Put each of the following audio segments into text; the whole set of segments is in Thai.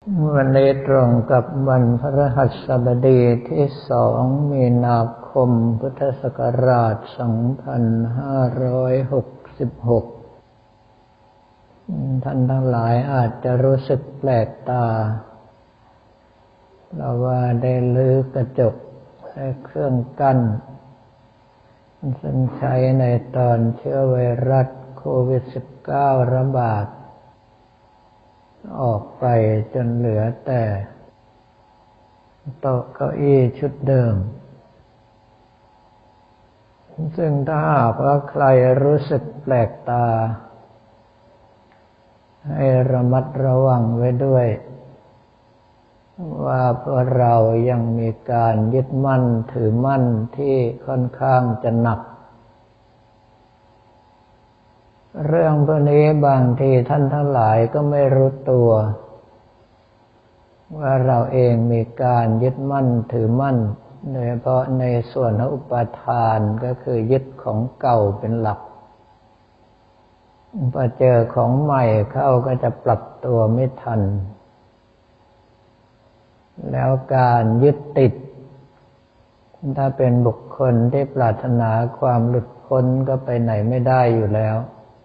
วันนี้ตรงกับวันพฤหัสบดีที่2 มีนาคมพุทธศักราช 2566 ท่านทั้งหลายอาจจะรู้สึกแปลกตาเพราะว่าได้รื้อกระจกและเครื่องกั้นซึ่งใช้ในตอนเชื้อไวรัสโควิด -19 ระบาดออกไปจนเหลือแต่โต๊ะเก้าอี้ชุดเดิมซึ่งถ้าหากว่าใครรู้สึกแปลกตาให้ระมัดระวังไว้ด้วยว่าพวกเรายังมีการยึดมั่นถือมั่นที่ค่อนข้างจะหนักเรื่องพวกนี้บางทีท่านทั้งหลายก็ไม่รู้ตัวว่าเราเองมีการยึดมั่นถือมั่นโดยเฉพาะในส่วนของอุปาทานก็คือยึดของเก่าเป็นหลักพอเจอของใหม่เข้าก็จะปรับตัวไม่ทันแล้วการยึดติดถ้าเป็นบุคคลที่ปรารถนาความหลุดพ้นก็ไปไหนไม่ได้อยู่แล้ว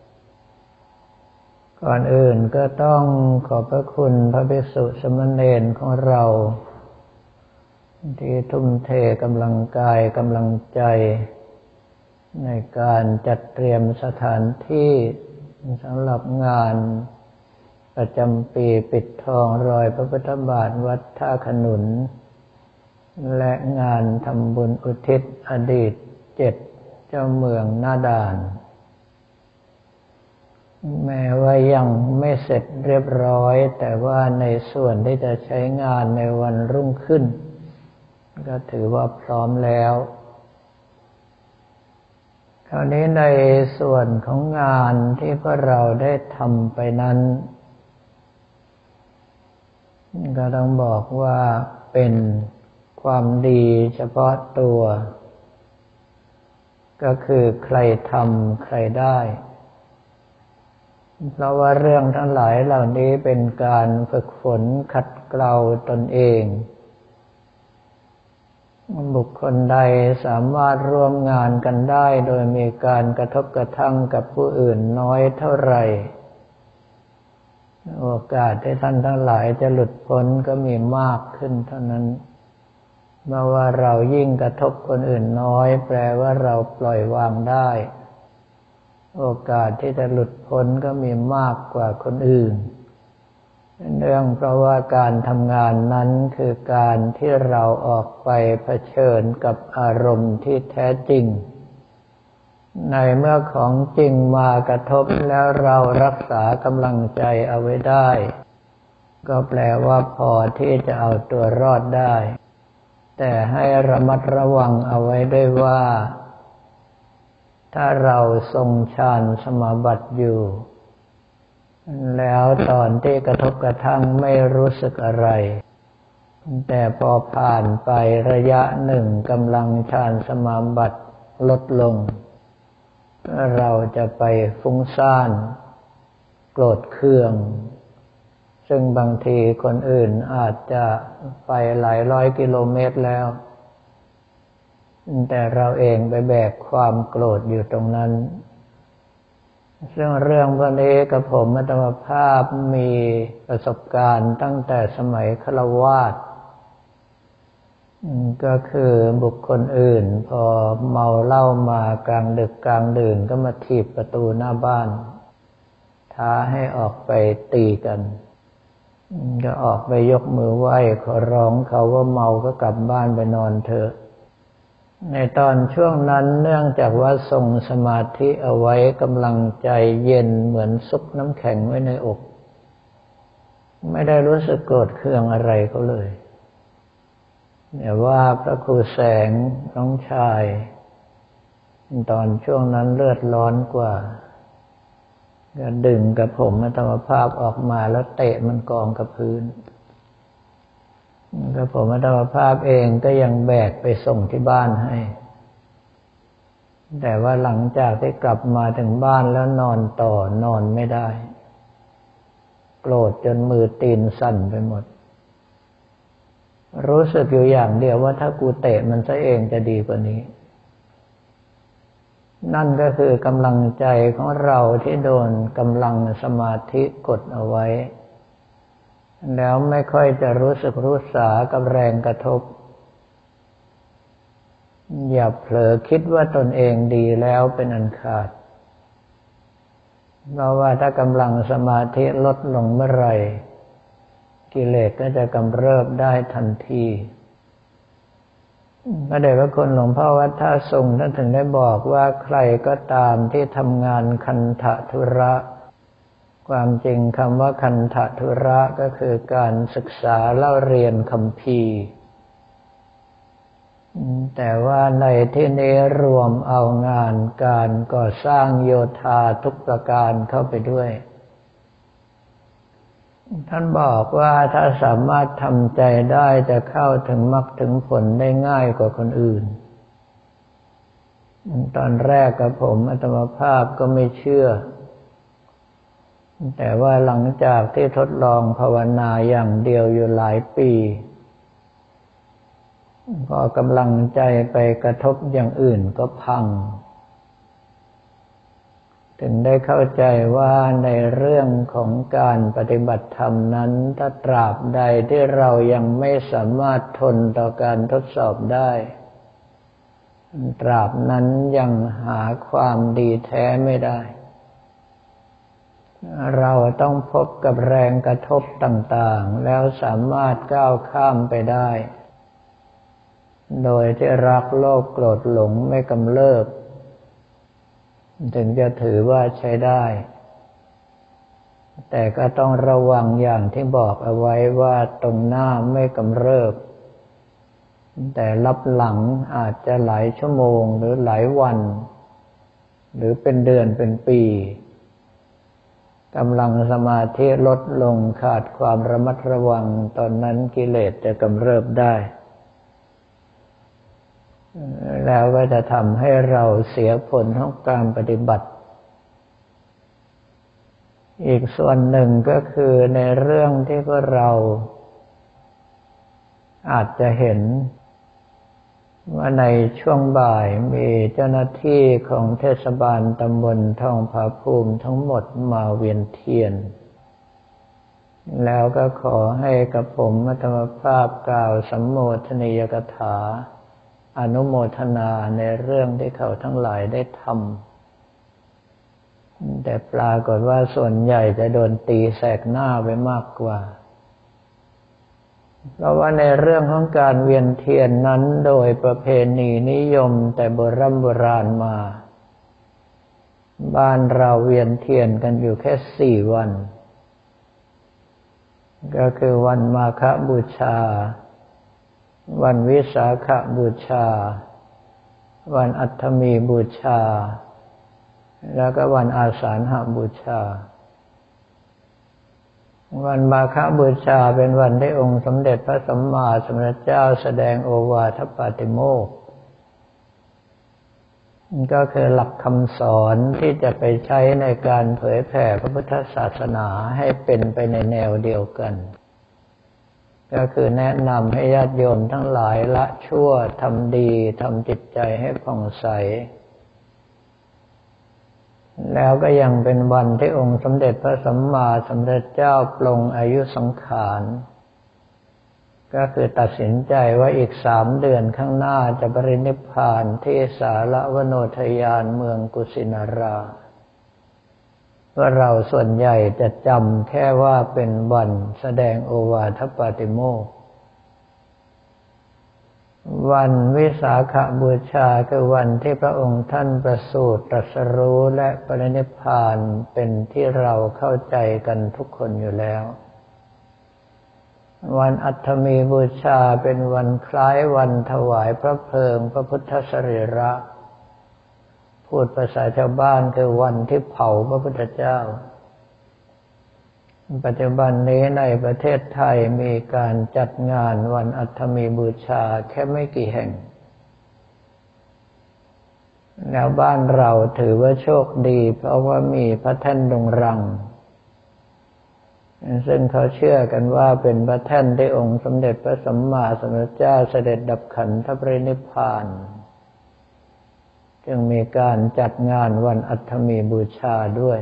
ก่อนอื่นก็ต้องขอบพระคุณพระภิกษุสามเณรของเราที่ทุ่มเทกำลังกายกำลังใจในการจัดเตรียมสถานที่สำหรับงานประจำปีปิดทองรอยพระพุทธบาทวัดท่าขนุนและงานทำบุญอุทิศอดีต7เจ้าเมืองหน้าด่านแม้ว่ายังไม่เสร็จเรียบร้อยแต่ว่าในส่วนที่จะใช้งานในวันรุ่งขึ้นก็ถือว่าพร้อมแล้วคราวนี้ในส่วนของงานที่พวกเราได้ทำไปนั้นก็ต้องบอกว่าเป็นความดีเฉพาะตัวก็คือใครทำใครได้เพราะว่าเรื่องทั้งหลายเหล่านี้เป็นการฝึกฝนขัดเกลาตนเองบุคคลใดสามารถร่วมงานกันได้โดยมีการกระทบกระทั่งกับผู้อื่นน้อยเท่าไหร่โอกาสที่ท่านทั้งหลายจะหลุดพ้นก็มีมากขึ้นเท่านั้นเมื่อว่าเรายิ่งกระทบคนอื่นน้อยแปลว่าเราปล่อยวางได้โอกาสที่จะหลุดพ้นก็มีมากกว่าคนอื่นเนื่องเพราะว่าการทำงานนั้นคือการที่เราออกไปเผชิญกับอารมณ์ที่แท้จริงในเมื่อของจริงมากระทบแล้วเรารักษากำลังใจเอาไว้ได้ก็แปลว่าพอที่จะเอาตัวรอดได้แต่ให้ระมัดระวังเอาไว้ด้วยว่าถ้าเราทรงฌานสมาบัติอยู่แล้วตอนที่กระทบกระทั่งไม่รู้สึกอะไรแต่พอผ่านไประยะหนึ่งกำลังฌานสมาบัติลดลงเราจะไปฟุ้งซ่านโกรธเคืองซึ่งบางทีคนอื่นอาจจะไปหลายร้อยกิโลเมตรแล้วแต่เราเองไปแบกความโกรธอยู่ตรงนั้นซึ่งเรื่องพวกนี้กับผมอัตมภาพมีประสบการณ์ตั้งแต่สมัยฆราวาสก็คือบุคคลอื่นพอเมาเหล้ามากลางดึกกลางดื่นก็มาถีบประตูหน้าบ้านท้าให้ออกไปตีกันก็ออกไปยกมือไหว้ขอร้องเขาว่าเมาก็กลับบ้านไปนอนเถอะในตอนช่วงนั้นเนื่องจากว่าทรงสมาธิเอาไว้กำลังใจเย็นเหมือนซุกน้ำแข็งไว้ในอกไม่ได้รู้สึกโกรธเคืองอะไรเขาเลยแต่ว่าพระครูแสงน้องชายตอนช่วงนั้นเลือดร้อนกว่าก็ดึงกับผมอัตมภาพออกมาแล้วเตะมันกองกับพื้นก็ผมอัตมภาพเองก็ยังแบกไปส่งที่บ้านให้แต่ว่าหลังจากที่กลับมาถึงบ้านแล้วนอนต่อนอนไม่ได้โกรธจนมือตีนสั่นไปหมดรู้สึกอยู่อย่างเดียวว่าถ้ากูเตะมันซะเองจะดีกว่านี้นั่นก็คือกำลังใจของเราที่โดนกำลังสมาธิกดเอาไว้แล้วไม่ค่อยจะรู้สึกรู้สากับแรงกระทบอย่าเผลอคิดว่าตนเองดีแล้วเป็นอันขาดเพราะว่าถ้ากำลังสมาธิลดลงเมื่อไหร่กิเลสก็จะกำเริบได้ทันทีพระเดชพระคุณหลวงพ่อวัดท่าทรงท่านถึงได้บอกว่าใครก็ตามที่ทำงานคันธทุระความจริงคำว่าคันธทุระก็คือการศึกษาเล่าเรียนคัมภีร์แต่ว่าในที่นี้รวมเอางานการก่อสร้างโยธาทุกประการเข้าไปด้วยท่านบอกว่าถ้าสามารถทำใจได้จะเข้าถึงมรรคถึงผลได้ง่ายกว่าคนอื่นตอนแรกกับผมอาตมาภาพก็ไม่เชื่อแต่ว่าหลังจากที่ทดลองภาวนาอย่างเดียวอยู่หลายปีพอกำลังใจไปกระทบอย่างอื่นก็พังถึงได้เข้าใจว่าในเรื่องของการปฏิบัติธรรมนั้นถ้าตราบใดที่เรายังไม่สามารถทนต่อการทดสอบได้ตราบนั้นยังหาความดีแท้ไม่ได้เราต้องพบกับแรงกระทบต่างๆแล้วสามารถก้าวข้ามไปได้โดยที่รักโลภโกรธหลงไม่กำเริบถึงจะถือว่าใช้ได้แต่ก็ต้องระวังอย่างที่บอกเอาไว้ว่าตรงหน้าไม่กำเริบแต่ลับหลังอาจจะหลายชั่วโมงหรือหลายวันหรือเป็นเดือนเป็นปีกำลังสมาธิลดลงขาดความระมัดระวังตอนนั้นกิเลสจะกำเริบได้แล้วก็จะทำให้เราเสียผลของการปฏิบัติอีกส่วนหนึ่งก็คือในเรื่องที่พวกเราอาจจะเห็นว่าในช่วงบ่ายมีเจ้าหน้าที่ของเทศบาลตำบลทองผาภูมิทั้งหมดมาเวียนเทียนแล้วก็ขอให้กับผมอัตมภาพกล่าวสัมโมทนียกถาอนุโมทนาในเรื่องที่เขาทั้งหลายได้ทำแต่ปรากฏว่าส่วนใหญ่จะโดนตีแสกหน้าไปมากกว่าเพราะว่าในเรื่องของการเวียนเทียนนั้นโดยประเพณีนิยมแต่โบราณมาบ้านเราเวียนเทียนกันอยู่แค่4 วันก็คือวันมาฆบูชาวันวิสาขบูชาวันอัฏฐมีบูชาแล้วก็วันอาสาฬหบูชาวันมาฆบูชาเป็นวันที่องค์สมเด็จพระสัมมาสัมพุทธเจ้าแสดงโอวาทปาติโมกข์ก็คือหลักคำสอนที่จะไปใช้ในการเผยแผ่พระพุทธศาสนาให้เป็นไปในแนวเดียวกันก็คือแนะนำให้ญาติโยมทั้งหลายละชั่วทำดีทำจิตใจให้ผ่องใสแล้วก็ยังเป็นวันที่องค์สมเด็จพระสัมมาสัมพุทธเจ้าปลงอายุสังขารก็คือตัดสินใจว่าอีก3 เดือนข้างหน้าจะปรินิพพานที่สาระวโนทยานเมืองกุสินาราว่าเราส่วนใหญ่จะจำแค่ว่าเป็นวันแสดงโอวาทปาติโมกข์วันวิสาขบูชาคือวันที่พระองค์ท่านประสูติตรัสรู้และปรินิพพานเป็นที่เราเข้าใจกันทุกคนอยู่แล้ววันอัฏฐมีบูชาเป็นวันคล้ายวันถวายพระเพลิงพระพุทธสรีระพูดภาษาชาวบ้านคือวันที่เผาพระพุทธเจ้าปัจจุบันนี้ในประเทศไทยมีการจัดงานวันอัฏฐมีบูชาแค่ไม่กี่แห่งแล้วบ้านเราถือว่าโชคดีเพราะว่ามีพระแท่นดงรังซึ่งเขาเชื่อกันว่าเป็นพระแท่นที่องค์สมเด็จพระสัมมาสัมพุทธเจ้าเสด็จดับขันธปรินิพพานจึงมีการจัดงานวันอัฐมีบูชาด้วย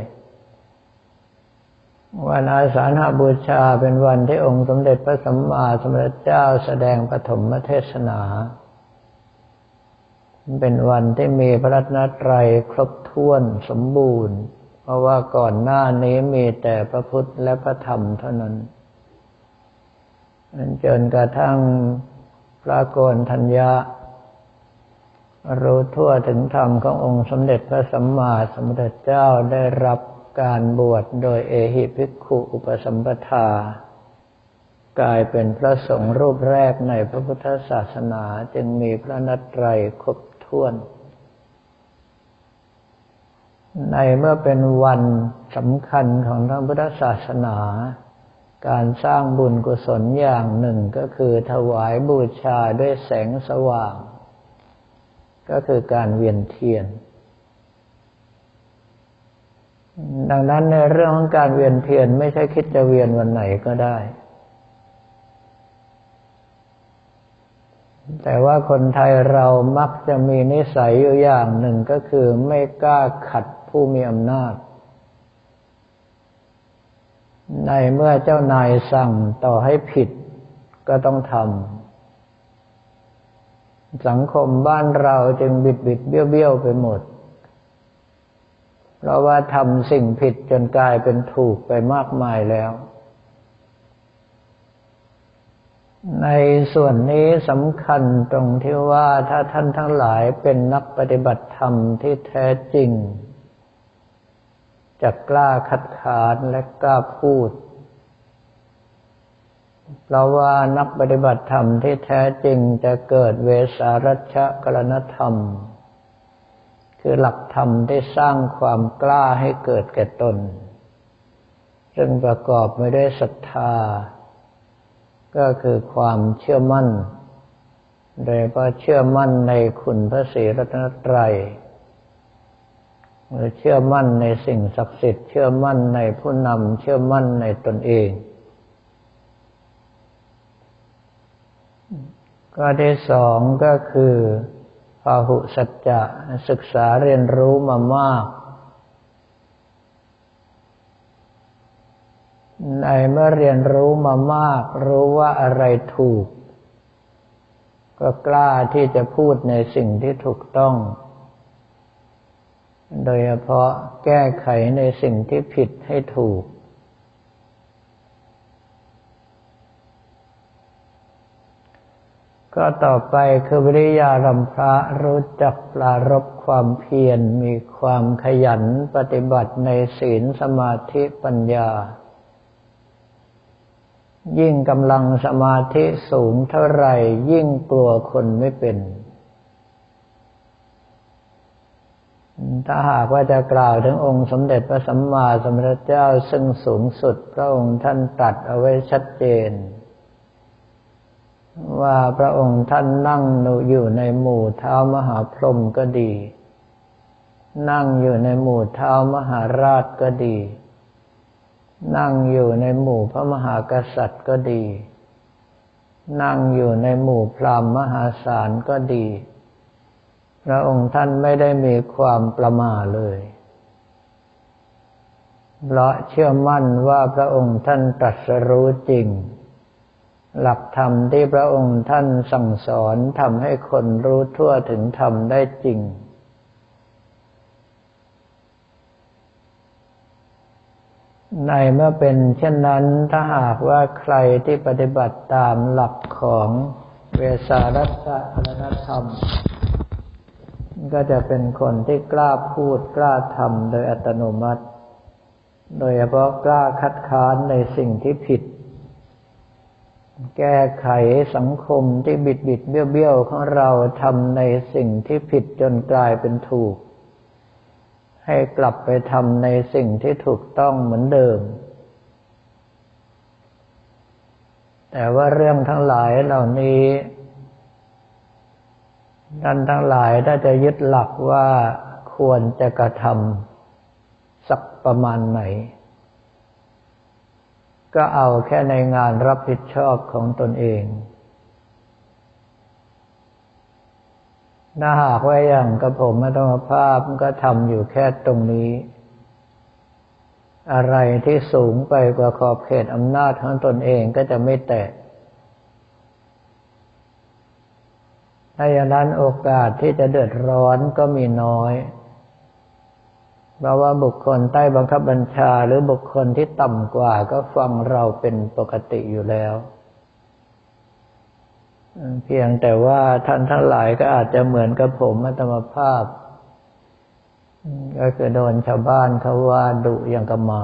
วันอาสาฬหบูชาเป็นวันที่องค์สมเด็จพระสัมมาสัมพุทธเจ้าแสดงปฐมเทศนาเป็นวันที่มีพระรัตนตรัยครบถ้วนสมบูรณ์เพราะว่าก่อนหน้านี้มีแต่พระพุทธและพระธรรมเท่านั้นจนกระทั่งพระโกณฑัญญะรู้ทั่วถึงธรรมขององค์สมเด็จพระสัมมาสัมพุทธเจ้าได้รับการบวชโดยเอหิภิกขุอุปสัมปทากลายเป็นพระสงฆ์รูปแรกในพระพุทธศาสนาจึงมีพระนัตไตรัยครบถ้วนในเมื่อเป็นวันสำคัญของทางพุทธศาสนาการสร้างบุญกุศลอย่างหนึ่งก็คือถวายบูชาด้วยแสงสว่างก็คือการเวียนเทียนดังนั้นในเรื่องของการเวียนเทียนไม่ใช่คิดจะเวียนวันไหนก็ได้แต่ว่าคนไทยเรามักจะมีนิสัยอยู่อย่างหนึ่งก็คือไม่กล้าขัดผู้มีอำนาจในเมื่อเจ้านายสั่งต่อให้ผิดก็ต้องทำสังคมบ้านเราจึงบิดเบี้ยวไปหมดเพราะว่าทำสิ่งผิดจนกลายเป็นถูกไปมากมายแล้วในส่วนนี้สำคัญตรงที่ว่าถ้าท่านทั้งหลายเป็นนักปฏิบัติธรรมที่แท้จริงจะกล้าคัดค้านและกล้าพูดเพราะว่านักปฏิบัติธรรมที่แท้จริงจะเกิดเวสารัชกรณธรรมคือหลักธรรมที่สร้างความกล้าให้เกิดแก่ตนซึ่งประกอบไปด้วยศรัทธาก็คือความเชื่อมั่นโดยเฉพาะเชื่อมั่นในคุณพระศรีรัตนตรัยหรือเชื่อมั่นในสิ่งศักดิ์สิทธิ์เชื่อมั่นในผู้นำเชื่อมั่นในตนเองข้อที่สองก็คือพหุสัจจะศึกษาเรียนรู้มามากในเมื่อเรียนรู้มามากรู้ว่าอะไรถูกก็กล้าที่จะพูดในสิ่งที่ถูกต้องโดยเฉพาะแก้ไขในสิ่งที่ผิดให้ถูกก็ต่อไปคือวิริยารัมภะรู้จักปรารภความเพียรมีความขยันปฏิบัติในศีลสมาธิปัญญายิ่งกำลังสมาธิสูงเท่าไหร่ยิ่งกลัวคนไม่เป็นถ้าหากว่าจะกล่าวถึงองค์สมเด็จพระสัมมาสัมพุทธเจ้าซึ่งสูงสุดพระองค์ท่านตรัสเอาไว้ชัดเจนว่าพระองค์ท่านนั่งอยู่ในหมู่เท้ามหาพรหมก็ดีนั่งอยู่ในหมู่เท้ามหาราชก็ดีนั่งอยู่ในหมู่พระมหากษัตริย์ก็ดีนั่งอยู่ในหมู่พราหมณ์มหาศาลก็ดีพระองค์ท่านไม่ได้มีความประมาทเลยเพราะเชื่อมั่นว่าพระองค์ท่านตรัสรู้จริงหลักธรรมที่พระองค์ท่านสั่งสอนทำให้คนรู้ทั่วถึงธรรมได้จริงในเมื่อเป็นเช่นนั้นถ้าหากว่าใครที่ปฏิบัติตามหลักของเวสารัชกรณธรรมก็จะเป็นคนที่กล้าพูดกล้าทำโดยอัตโนมัติโดยเฉพาะกล้าคัดค้านในสิ่งที่ผิดแก้ไขสังคมที่บิดเบี้ยวของเราทำในสิ่งที่ผิดจนกลายเป็นถูกให้กลับไปทำในสิ่งที่ถูกต้องเหมือนเดิมแต่ว่าเรื่องทั้งหลายเหล่านี้ท่านทั้งหลายถ้าจะยึดหลักว่าควรจะกระทำสักประมาณไหนก็เอาแค่ในงานรับผิดชอบของตนเองถ้าหากว่าอย่างกับผมอัตมภาพก็ทำอยู่แค่ตรงนี้อะไรที่สูงไปกว่าขอบเขตอำนาจของตนเองก็จะไม่แตะถ้าอย่างนั้นโอกาสที่จะเดือดร้อนก็มีน้อยเพราะว่าบุคคลใต้บังคับบัญชาหรือบุคคลที่ต่ำกว่าก็ฟังเราเป็นปกติอยู่แล้วเพียงแต่ว่าท่านทั้งหลายก็อาจจะเหมือนกับผมอัตมภาพก็คือโดนชาวบ้านเขาว่าดุอย่างกับหมา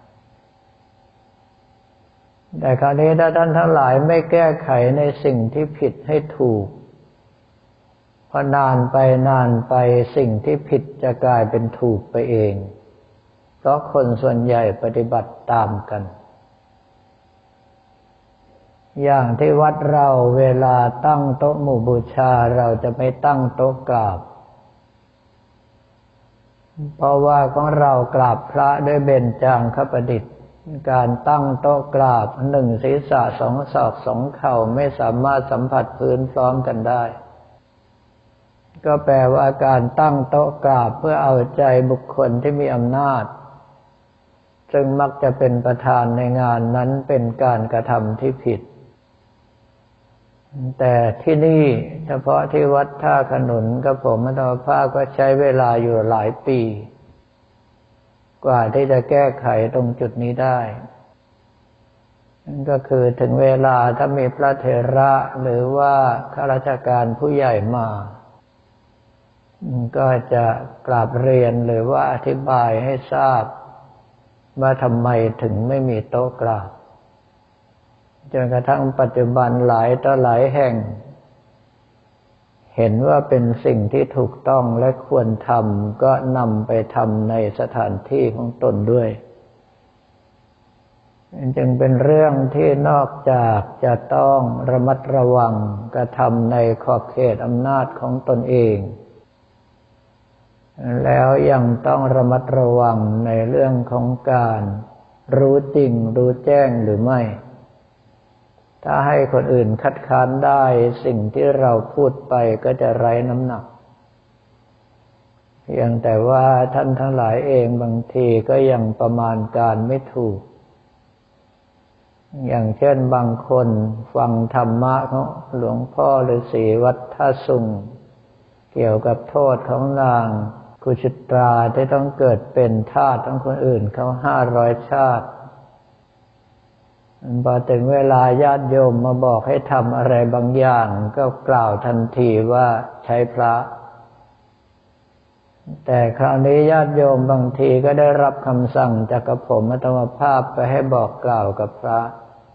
แต่คราวนี้ถ้าท่านทั้งหลายไม่แก้ไขในสิ่งที่ผิดให้ถูกพอนานไปสิ่งที่ผิดจะกลายเป็นถูกไปเองเพราะคนส่วนใหญ่ปฏิบัติตามกันอย่างที่วัดเราเวลาตั้งโต๊ะหมู่บูชาเราจะไม่ตั้งโต๊ะกราบเพราะว่าของเรากราบพระด้วยเบญจางคประดิษฐ์การตั้งโต๊ะกราบหนึ่งศีรษะสองศอกสองเข่าไม่สามารถสัมผัสพื้นพร้อมกันได้ก็แปลว่าการตั้งโต๊ะกราบเพื่อเอาใจบุคคลที่มีอำนาจซึ่งมักจะเป็นประธานในงานนั้นเป็นการกระทำที่ผิดแต่ที่นี่เฉพาะที่วัดท่าขนุนกับผมอัตมภาพก็ใช้เวลาอยู่หลายปีกว่าที่จะแก้ไขตรงจุดนี้ได้นั่นก็คือถึงเวลาถ้ามีพระเถระหรือว่าข้าราชการผู้ใหญ่มาก็จะกราบเรียนหรือว่าอธิบายให้ทราบว่าทำไมถึงไม่มีโต๊ะกราบจนกระทั่งปัจจุบันหลายต่อหลายแห่งเห็นว่าเป็นสิ่งที่ถูกต้องและควรทำก็นำไปทำในสถานที่ของตนด้วยจึงเป็นเรื่องที่นอกจากจะต้องระมัดระวังกระทำในขอบเขตอำนาจของตนเองแล้วยังต้องระมัดระวังในเรื่องของการรู้จริงรู้แจ้งหรือไม่ถ้าให้คนอื่นคัดค้านได้สิ่งที่เราพูดไปก็จะไร้น้ำหนักเพียงแต่ว่าท่านทั้งหลายเองบางทีก็ยังประมาณการไม่ถูกอย่างเช่นบางคนฟังธรรมะของหลวงพ่อฤาษีวัดท่าสุงเกี่ยวกับโทษของนางกุชิตราที่ต้องเกิดเป็นทาสของคนอื่นเขา500 ชาติพอถึงเวลาญาติโยมมาบอกให้ทำอะไรบางอย่างก็กล่าวทันทีว่าใช้พระแต่คราวนี้ญาติโยมบางทีก็ได้รับคำสั่งจากกระผมอัตมภาพไปให้บอกกล่าวกับพระ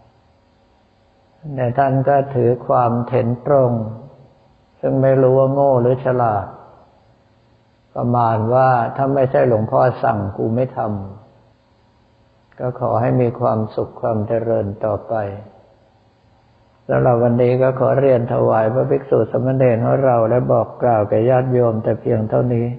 แต่ท่านก็ถือความเถ็นตรงซึ่งไม่รู้ว่าโง่หรือฉลาดประมาณว่าถ้าไม่ใช่หลวงพ่อสั่งกูไม่ทำก็ขอให้มีความสุขความเจริญต่อไปสำหรับวันนี้ก็ขอเรียนถวายพระภิกษุสามเณรของเราและบอกกล่าวแก่ญาติโยมแต่เพียงเท่านี้